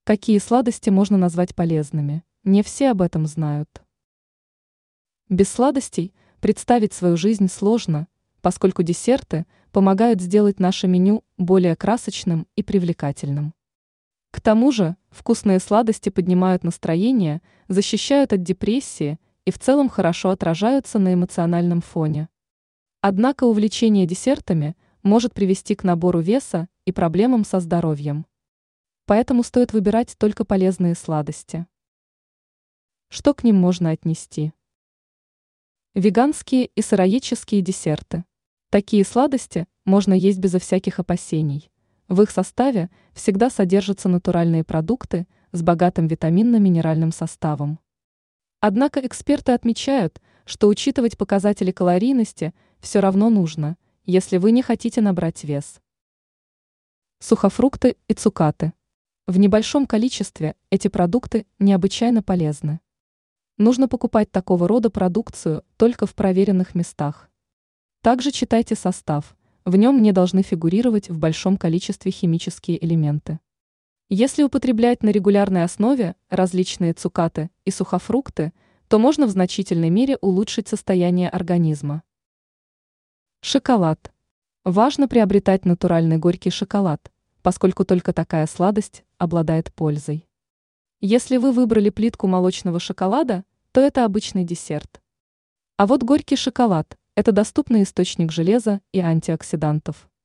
Какие сладости можно назвать полезными? Не все об этом знают. Без сладостей представить свою жизнь сложно, поскольку десерты помогают сделать наше меню более красочным и привлекательным. К тому же вкусные сладости поднимают настроение, защищают от депрессии и в целом хорошо отражаются на эмоциональном фоне. Однако увлечение десертами может привести к набору веса и проблемам со здоровьем. Поэтому стоит выбирать только полезные сладости. Что к ним можно отнести? Веганские и сыроедческие десерты. Такие сладости можно есть безо всяких опасений. В их составе всегда содержатся натуральные продукты с богатым витаминно-минеральным составом. Однако эксперты отмечают, что учитывать показатели калорийности все равно нужно, если вы не хотите набрать вес. Сухофрукты и цукаты. В небольшом количестве эти продукты необычайно полезны. Нужно покупать такого рода продукцию только в проверенных местах. Также читайте состав, в нем не должны фигурировать в большом количестве химические элементы. Если употреблять на регулярной основе различные цукаты и сухофрукты, то можно в значительной мере улучшить состояние организма. Шоколад. Важно приобретать натуральный горький шоколад, поскольку только такая сладость обладает пользой. Если вы выбрали плитку молочного шоколада, то это обычный десерт. А вот горький шоколад – это доступный источник железа и антиоксидантов.